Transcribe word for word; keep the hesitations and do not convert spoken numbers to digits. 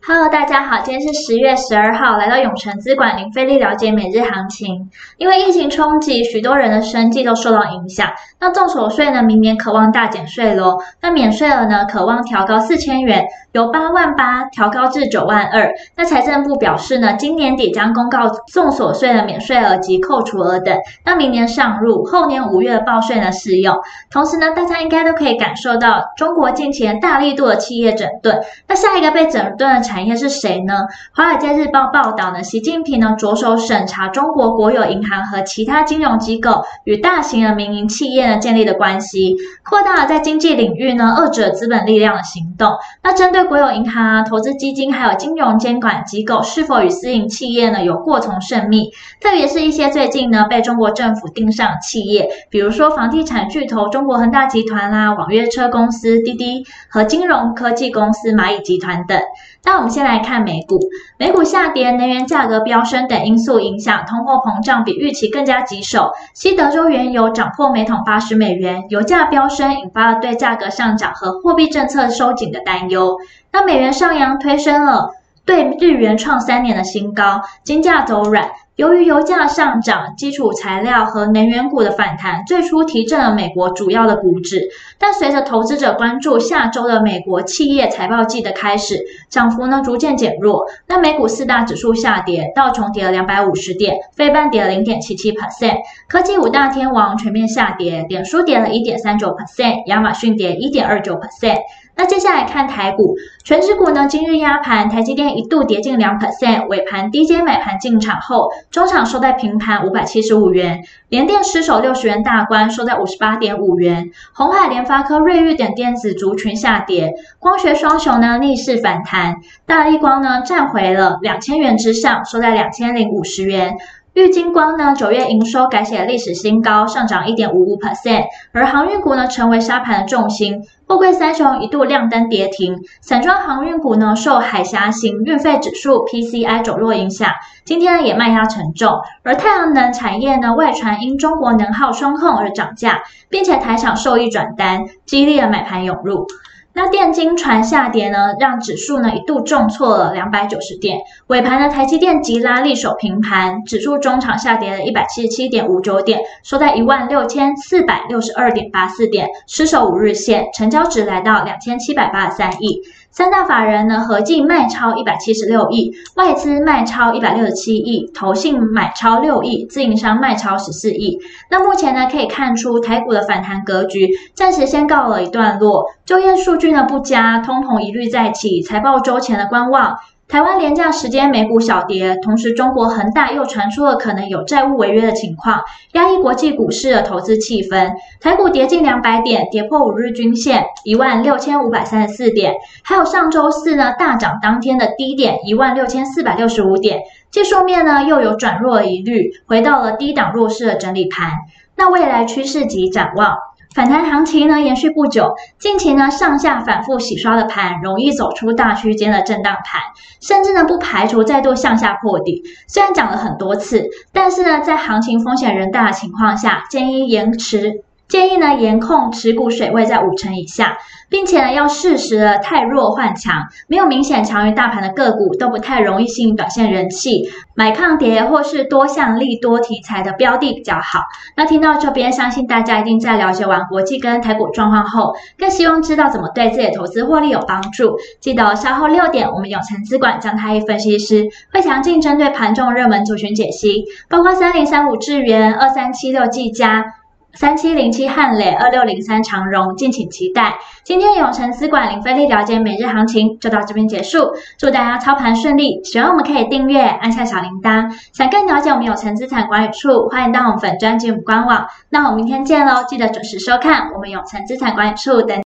Hello，大家好，今天是十月十二号，来到永诚资管零费力了解每日行情。因为疫情冲击，许多人的生计都受到影响。那重所税呢，明年渴望大减税咯。那免税额呢，渴望调高四千元，由八万八调高至九万二。那财政部表示呢，今年底将公告重所税的免税额及扣除额等。那明年上路，后年五月的报税呢适用。同时呢，大家应该都可以感受到中国近期大力度的企业整顿。那下一个被整顿的产业是谁呢？华尔街日报报道呢，习近平呢着手审查中国国有银行和其他金融机构与大型的民营企业呢建立的关系，扩大了在经济领域呢遏制资本力量的行动。那针对国有银行啊、投资基金还有金融监管机构是否与私营企业呢有过从甚密，特别是一些最近呢被中国政府盯上的企业，比如说房地产巨头中国恒大集团啦、网约车公司滴滴和金融科技公司蚂蚁集团等。那我们先来看美股，美股下跌，能源价格飙升等因素影响，通货膨胀比预期更加棘手。西德州原油涨破每桶八十美元，油价飙升，引发了对价格上涨和货币政策收紧的担忧。那美元上扬推升了对日元创三年的新高，金价走软。由于油价上涨，基础材料和能源股的反弹最初提振了美国主要的股指，但随着投资者关注下周的美国企业财报季的开始，涨幅呢逐渐减弱。那美股四大指数下跌，道琼跌了两百五十点，费半跌了 百分之零点七七， 科技五大天王全面下跌，脸书跌了 百分之一点三九， 亚马逊跌 百分之一点二九。那接下来看台股，全指股呢今日压盘，台积电一度跌近 百分之二， 尾盘低阶买盘进场后，中场收在平盘五百七十五元，联电失守六十元大关，收在 五十八点五元。鸿海、联发科、瑞昱等电子族群下跌，光学双雄呢逆势反弹，大立光呢站回了两千元之上，收在两千零五十元。玉晶光呢九月营收改写历史新高，上涨 百分之一点五五， 而航运股呢成为沙盘的重心，货柜三雄一度亮灯跌停，散装航运股呢受海峡型运费指数 P C I 走弱影响，今天呢也卖压沉重，而太阳能产业呢外传因中国能耗双控而涨价，并且台厂受益转单，激励了买盘涌入。那电金传下跌呢，让指数呢一度重挫了两百九十点，尾盘呢台积电急拉力守平盘，指数中场下跌了 一百七十七点五九点，收在 一万六千四百六十二点八四点，失守五日线，成交值来到两千七百八十三亿。三大法人呢合计卖超一百七十六亿，外资卖超一百六十七亿，投信买超六亿，自营商卖超十四亿。那目前呢可以看出台股的反弹格局暂时先告了一段落，就业数据呢不佳，通膨疑虑再起，财报周前的观望。台湾连假时间美股小跌，同时中国恒大又传出了可能有债务违约的情况，压抑国际股市的投资气氛。台股跌近两百点，跌破五日均线 一万六千五百三十四点，还有上周四呢大涨当天的低点 一万六千四百六十五点，技术面呢又有转弱的疑虑，回到了低档弱势的整理盘。那未来趋势及展望，反弹行情呢延续不久，近期呢上下反复洗刷的盘容易走出大区间的震荡盘，甚至呢不排除再度向下破底。虽然讲了很多次，但是呢在行情风险仍大的情况下，建议延迟建议呢严控持股水位在五成以下，并且呢要适时的汰弱换强，没有明显强于大盘的个股都不太容易吸引短线人气，买抗跌或是多项利多题材的标的比较好。那听到这边，相信大家一定在了解完国际跟台股状况后，更希望知道怎么对自己的投资获利有帮助。记得稍后六点，我们永诚资管张太一分析师会详尽针对盘中热门族群解析，包括三零三五智原、二三七六技嘉、三七零七汉磊、二六零三长荣，敬请期待。今天永诚资管零费力了解每日行情就到这边结束，祝大家操盘顺利。喜欢我们可以订阅，按下小铃铛。想更了解我们永诚资产管理处，欢迎到我们粉专及我们官网。那我们明天见喽，记得准时收看我们永诚资产管理处等。